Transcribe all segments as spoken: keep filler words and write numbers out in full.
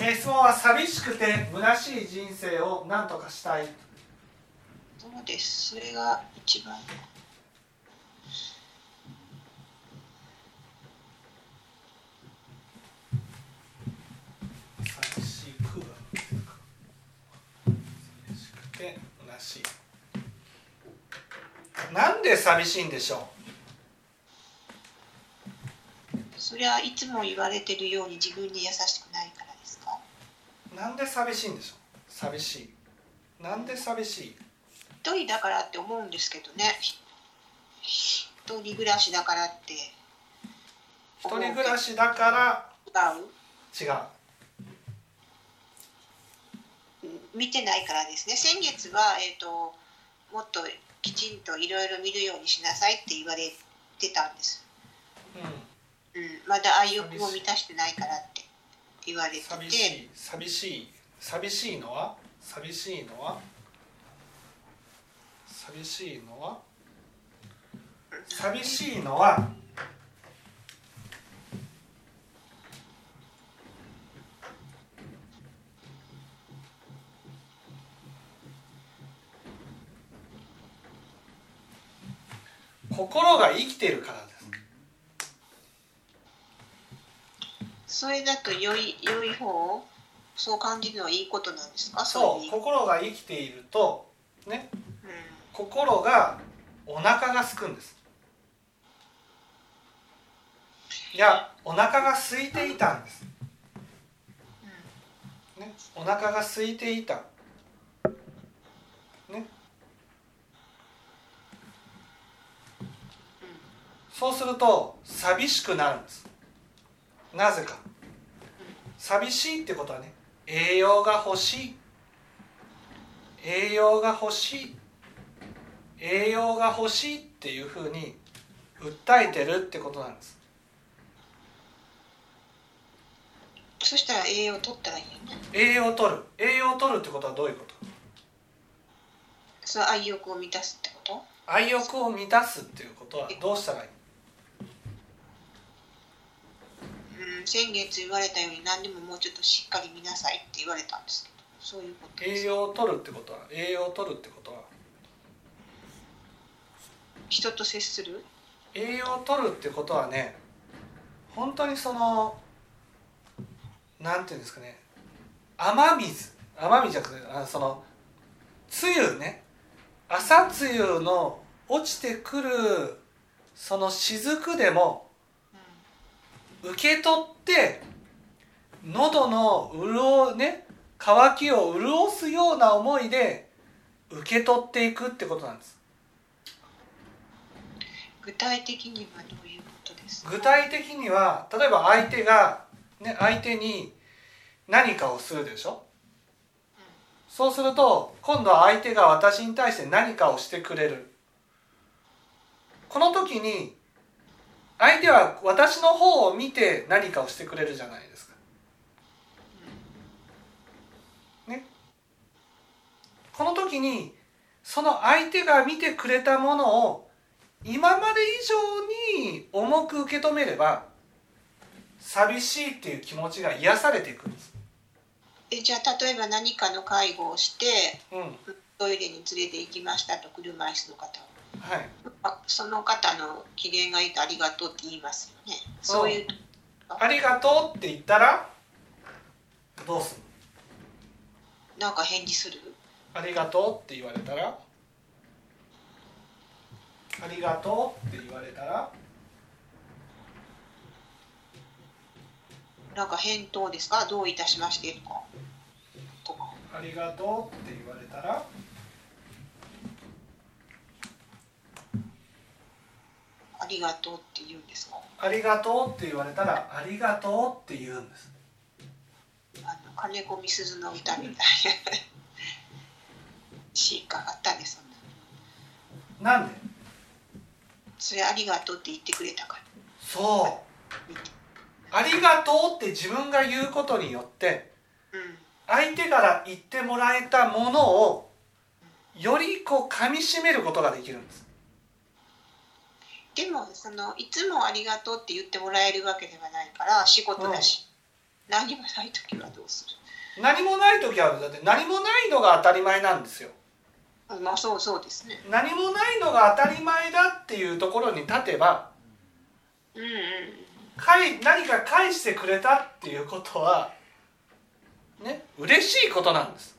えー、質問は寂しくて虚しい人生を何とかしたい。 そうです。それが一番。 寂しく寂しくて虚しい。なんで寂しいんでしょう。それはいつも言われてるように自分に優しくないからですか？ なんで寂しいんでしょう。寂しい。なんで寂しい？ 一人だからって思うんですけどね。一人暮らしだからって。 一人暮らしだから違う？ 違う。 見てないからですね。先月は、えーと、もっときちんといろいろ見るようにしなさいって言われてたんです。うんうん、まだ愛欲を満たしてないからって言われてて。 寂しい、寂しい、寂しいのは寂しいのは寂しいのは寂しいのは心が生きているからです。 それだと良い、良い方、そう感じるのはいいことなんですか？ そう、心が生きているとね、うん、心がお腹が空くんです。いや、お腹が空いていたんです、ね、お腹が空いていた、ね、そうすると寂しくなるんです。なぜか。寂しいってことはね、栄養が欲しい、栄養が欲しい、栄養が欲しいっていうふうに訴えてるってことなんです。 そしたら栄養を取ったらいいよね。 栄養を取る。栄養を取るってことはどういうこと？ その愛欲を満たすってこと？ 愛欲を満たすっていうことはどうしたらいい？ うん、先月言われたように何でももうちょっとしっかり見なさいって言われたんですけど、そういうことです。 栄養を取るってことは栄養を取るってことは人と接する？ 栄養を取るってことはね、本当にそのなんていうんですかね、雨水雨水じゃなくて、あのその梅雨ね、朝露の落ちてくるその雫でも受け取って喉の潤うね、渇きを潤すような思いで受け取っていくってことなんです。 具体的にはどういうことですか？ 具体的には、例えば相手が、ね、相手に何かをするでしょ、うん、そうすると今度は相手が私に対して何かをしてくれる。この時に相手は私の方を見て何かをしてくれるじゃないですか、ね、この時にその相手が見てくれたものを今まで以上に重く受け止めれば寂しいっていう気持ちが癒されていくんです。 えじゃあ例えば何かの介護をして、 うん、 トイレに連れて行きましたと、車椅子の方を、 はい、 あその方の機嫌がいいとありがとうって言いますよね。そういう、 うん、ありがとうって言ったらどうするの？なんか返事する？ ありがとうって言われたらありがとうって言われたらなんか返答ですか？どういたしましてとかとか。 ありがとうって言われたらありがとうって言うんですか？ ありがとうって言われたらありがとうって言うんです。 あの金子みすずの歌みたいなシーンがあったね、そんな。なんで？ それありがとうって言ってくれたから。 そう、ありがとうって自分が言うことによって、うん、相手から言ってもらえたものをよりこう噛み締めることができるんです。 でもそのいつもありがとうって言ってもらえるわけではないから仕事だし、 何もない時はどうする？何もない時はだって何もないのが当たり前なんですよ。 る？まあそうそうですね。 何もないのが当たり前だっていうところに立てば、 うんうん、 何か返してくれたっていうことはね、嬉しいことなんです。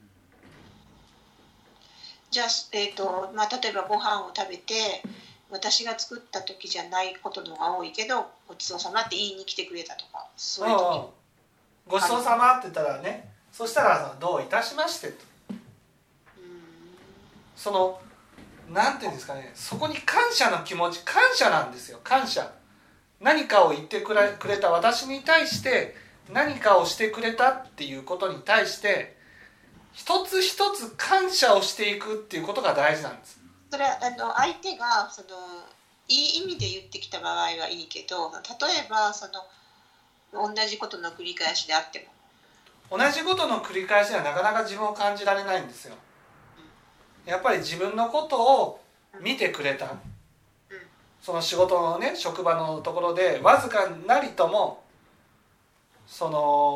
じゃあ、えーとまあ、例えばご飯を食べて私が作った時じゃないことのが多いけどごちそうさまって言いに来てくれたとか、そういう時、 ごちそうさまって言ったらね、そしたらどういたしましてと、うん、そのなんていうんですかね、そこに感謝の気持ち、感謝なんですよ。感謝、何かを言ってくれ、くれた私に対して何かをしてくれたっていうことに対して一つ一つ感謝をしていくっていうことが大事なんです。 それはあの相手がそのいい意味で言ってきた場合はいいけど、例えばその同じことの繰り返しであっても同じことの繰り返しではなかなか自分を感じられないんですよ。やっぱり自分のことを見てくれた、うん、その仕事のね、職場のところでわずかなりともそ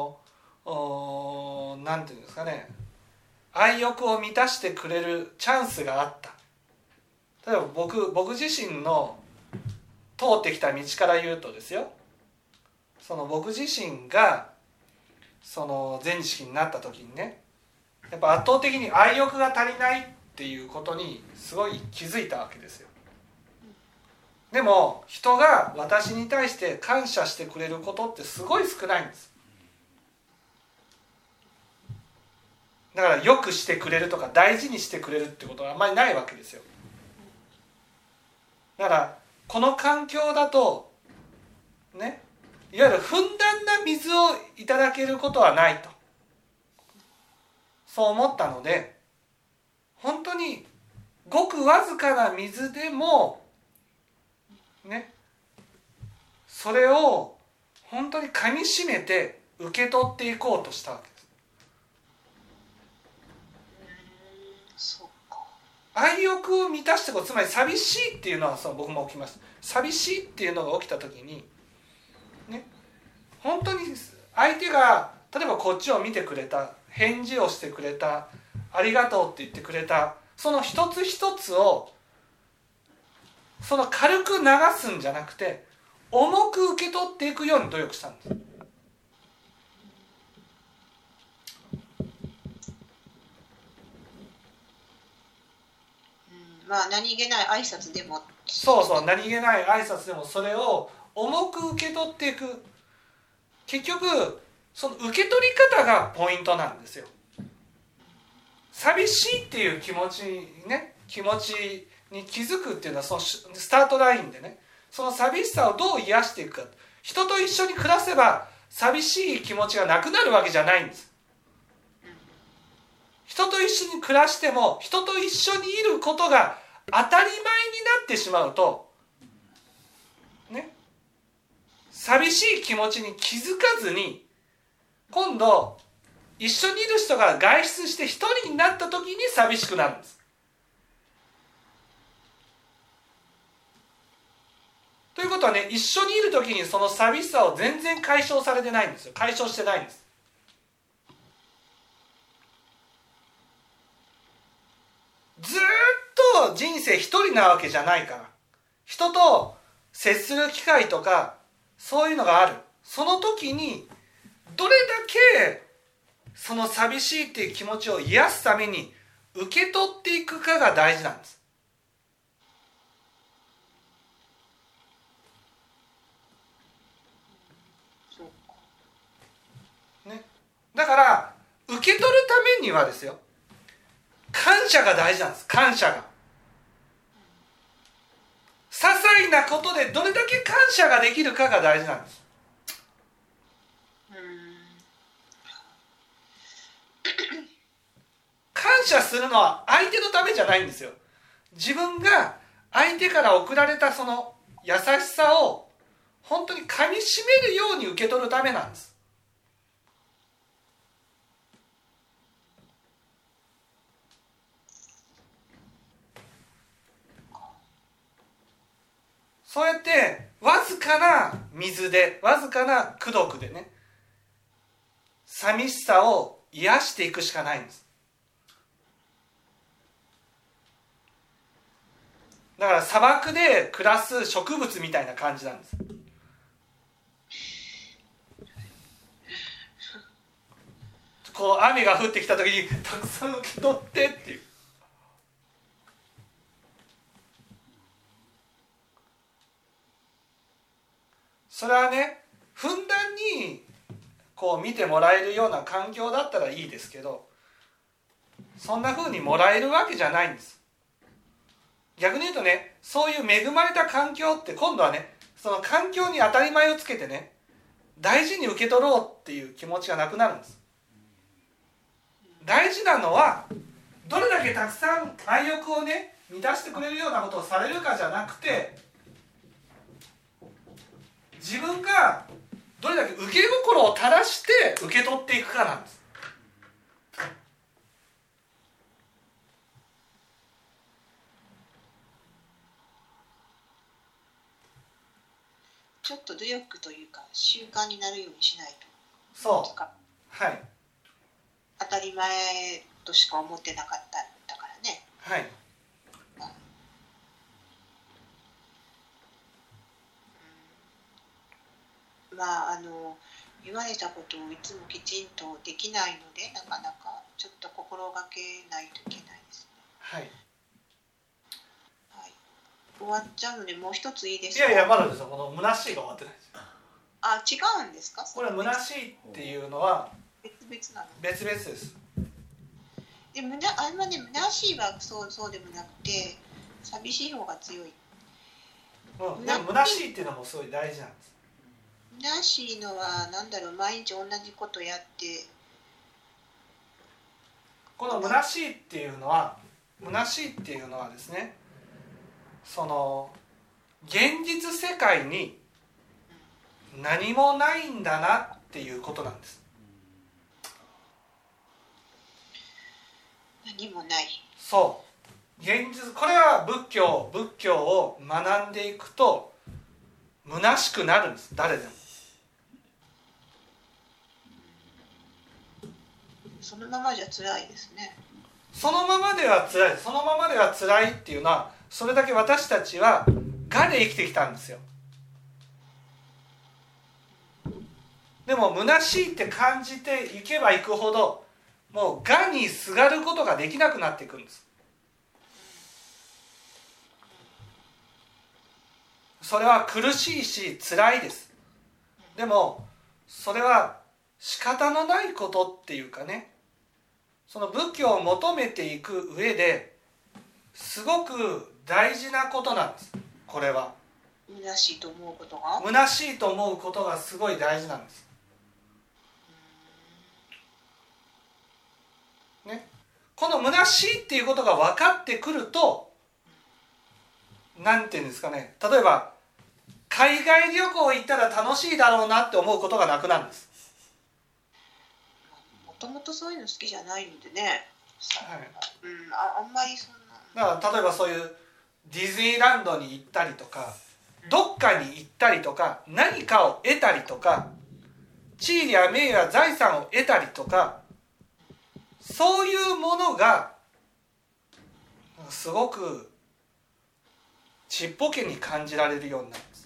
のなんていうんですかね、愛欲を満たしてくれるチャンスがあった。例えば僕僕自身の通ってきた道から言うとですよ、その僕自身がその前式になった時にね、やっぱ圧倒的に愛欲が足りないっていうことにすごい気づいたわけですよ。でも人が私に対して感謝してくれることってすごい少ないんです。だからよくしてくれるとか大事にしてくれるってことはあんまりないわけですよ。だからこの環境だとね、いわゆるふんだんな水をいただけることはないと、そう思ったので、本当にごくわずかな水でもね、それを本当に噛みしめて受け取っていこうとしたわけです。愛欲を満たしてこう、つまり寂しいっていうのはその僕も起きました。寂しいっていうのが起きた時にね、本当に相手が例えばこっちを見てくれた、返事をしてくれた、ありがとうって言ってくれた、その一つ一つをその軽く流すんじゃなくて重く受け取っていくように努力したんです。 まあ何気ない挨拶でも、 そうそう、何気ない挨拶でもそれを重く受け取っていく。結局その受け取り方がポイントなんですよ。寂しいっていう気持ちにね、気持ちに気づくっていうのはそのスタートラインでね、その寂しさをどう癒していくか。人と一緒に暮らせば寂しい気持ちがなくなるわけじゃないんです。人と一緒に暮らしても人と一緒にいることが当たり前になってしまうとね、寂しい気持ちに気づかずに今度一緒にいる人が外出して一人になった時に寂しくなるんです。ということはね、一緒にいる時にその寂しさを全然解消されてないんですよ。解消してないんです。ずっと人生一人なわけじゃないから、人と接する機会とかそういうのがある。その時にどれだけその寂しいっていう気持ちを癒すために受け取っていくかが大事なんです。ね、だから受け取るためにはですよ、感謝が大事なんです。感謝が些細なことでどれだけ感謝ができるかが大事なんです。感謝するのは相手のためじゃないんですよ。自分が相手から送られたその優しさを本当に噛みしめるように受け取るためなんです。そうやってわずかな水で、わずかな功徳でね、 寂しさを癒していくしかないんです。だから砂漠で暮らす植物みたいな感じなんです。こう雨が降ってきた時にたくさん受け取ってっていう、それはね、ふんだんにこう見てもらえるような環境だったらいいですけど、そんな風にもらえるわけじゃないんです。逆に言うとね、そういう恵まれた環境って今度はね、その環境に当たり前をつけてね、大事に受け取ろうっていう気持ちがなくなるんです。大事なのはどれだけたくさん愛欲をね満たしてくれるようなことをされるかじゃなくて、自分がどれだけ受け心を垂らして受け取っていくかなんです。 ちょっと努力というか習慣になるようにしないと。 そうはい、 当たり前としか思ってなかったんだからね。 はい、 うん、まああの言われたことをいつもきちんとできないので、なかなかちょっと心がけないといけないですね。 はい、 はい、終わっちゃうのでもう一ついいですか。 いやいやまだですよ。この虚しいが終わってないです。 あ、違うんですか。 これ虚しいっていうのは別々なの。 別々です。 でむなあんまね虚しいはそうそうでもなくて寂しい方が強い。 うん、でも虚しいっていうのもすごい大事なんです。 虚しいのはなんだろう、毎日同じことやって。 この虚しいっていうのは虚しいっていうのはですね、その現実世界に何もないんだなっていうことなんです。 何もない。 そう現実、これは仏教仏教を学んでいくと虚しくなるんです。誰でもそのままじゃ辛いですね。 そのままでは辛い。そのままでは辛いっていうのは、それだけ私たちは我で生きてきたんですよ。でも虚しいって感じていけばいくほど、もう我にすがることができなくなっていくんです。それは苦しいし辛いです。でもそれは仕方のないことっていうかね、その仏教を求めていく上ですごく大事なことなんです。これは虚しいと思うことが虚しいと思うことがすごい大事なんです、ね、この虚しいっていうことが分かってくると、なんていうんですかね、例えば海外旅行行ったら楽しいだろうなって思うことがなくなるんです。 もともとそういうの好きじゃないのでね、 はい、 うん、あ、あんまりそんな。 だから例えばそういうディズニーランドに行ったりとか、どっかに行ったりとか、何かを得たりとか、地位や名誉や財産を得たりとか、そういうものがすごくちっぽけに感じられるようになるんです。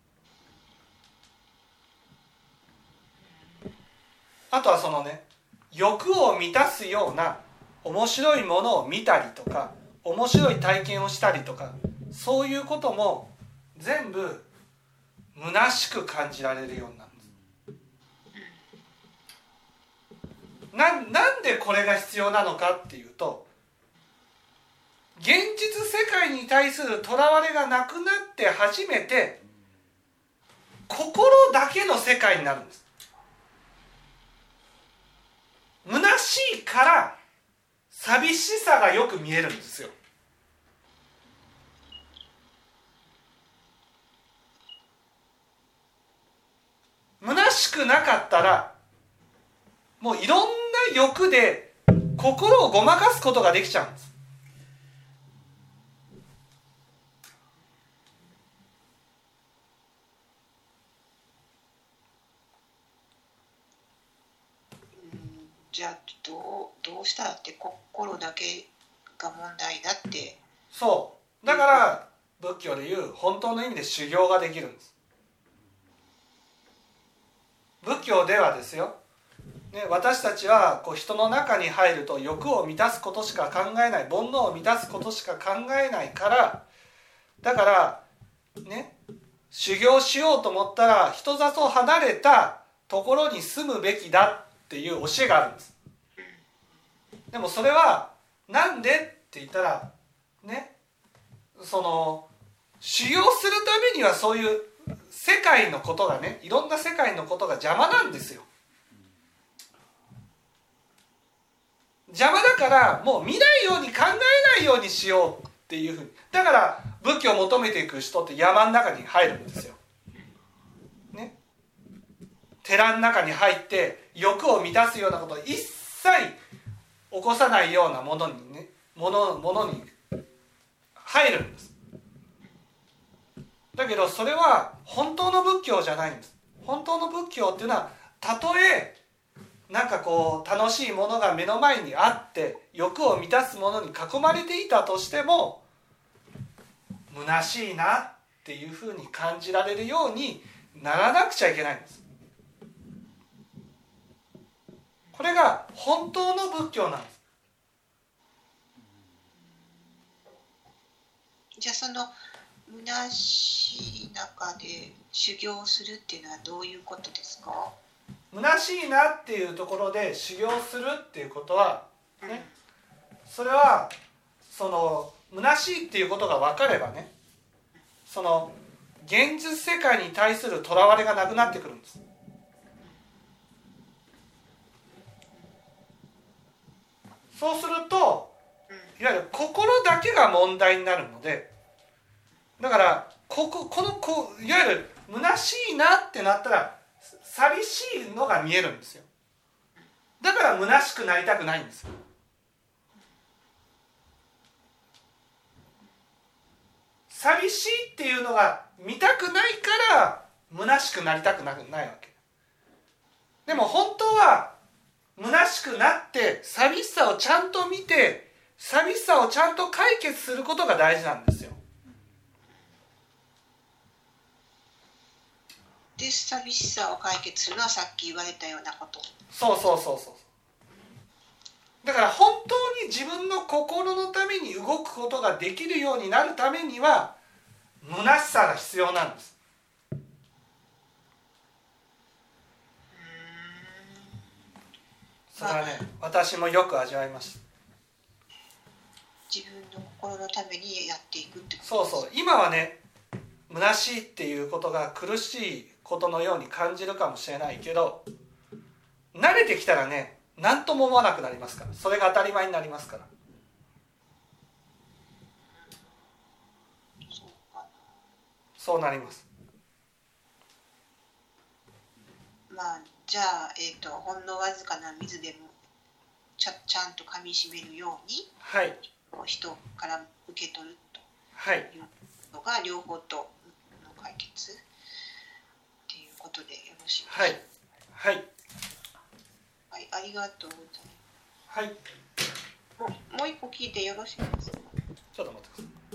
あとはそのね、欲を満たすような面白いものを見たりとか、面白い体験をしたりとか、そういうことも全部虚しく感じられるようになるんです。な, なんでこれが必要なのかっていうと、現実世界に対するとらわれがなくなって初めて心だけの世界になるんです。虚しいから寂しさがよく見えるんですよ。虚しくなかったらもういろんな欲で心をごまかすことができちゃうんです。 じゃあどう、どうしたらって心だけが問題だって。 そうだから仏教でいう本当の意味で修行ができるんです。仏教ではですよ、ね、私たちはこう人の中に入ると欲を満たすことしか考えない、煩悩を満たすことしか考えないから、だからね、修行しようと思ったら人里離れたところに住むべきだっていう教えがあるんです。でもそれはなんでって言ったらね、その修行するためにはそういう世界のことがね、いろんな世界のことが邪魔なんですよ。邪魔だからもう見ないように考えないようにしようっていうふうに、だから仏教を求めていく人って山の中に入るんですよ、ね、寺の中に入って欲を満たすようなことを一切起こさないようなものにね、もの、ものに入るんです。だけどそれは本当の仏教じゃないんです。本当の仏教っていうのは、たとえなんかこう楽しいものが目の前にあって欲を満たすものに囲まれていたとしても、虚しいなっていうふうに感じられるようにならなくちゃいけないんです。これが本当の仏教なんです。 じゃあその虚しい中で修行するっていうのはどういうことですか？ 虚しいなっていうところで修行するっていうことは、ね、それはその虚しいっていうことが分かればね、その現実世界に対するとらわれがなくなってくるんです。そうするといわゆる心だけが問題になるので、だからここ、このこいわゆる虚しいなってなったら寂しいのが見えるんですよ。だから虚しくなりたくないんですよ。寂しいっていうのが見たくないから虚しくなりたくないわけ。でも本当は虚しくなって寂しさをちゃんと見て、寂しさをちゃんと解決することが大事なんですよ。 で、寂しさを解決するのはさっき言われたようなこと。 そうそうそうそう。だから本当に自分の心のために動くことができるようになるためには虚しさが必要なんです。それはね、私もよく味わいました。 自分の心のためにやっていくってことです。 そうそう。今はね、虚しいっていうことが苦しいことのように感じるかもしれないけど、慣れてきたらね、何とも思わなくなりますから。それが当たり前になりますから。 そうかな。 そうなります。 まあじゃあ、えーと、ほんのわずかな水でもちゃ、ちゃんと噛みしめるように、 はい、 人から受け取るというのが両方との解決っていうことでよろしいですか？ はいはい、 はい、ありがとうございます。 はい、 もう、もう一個聞いてよろしいですか？ ちょっと待ってください。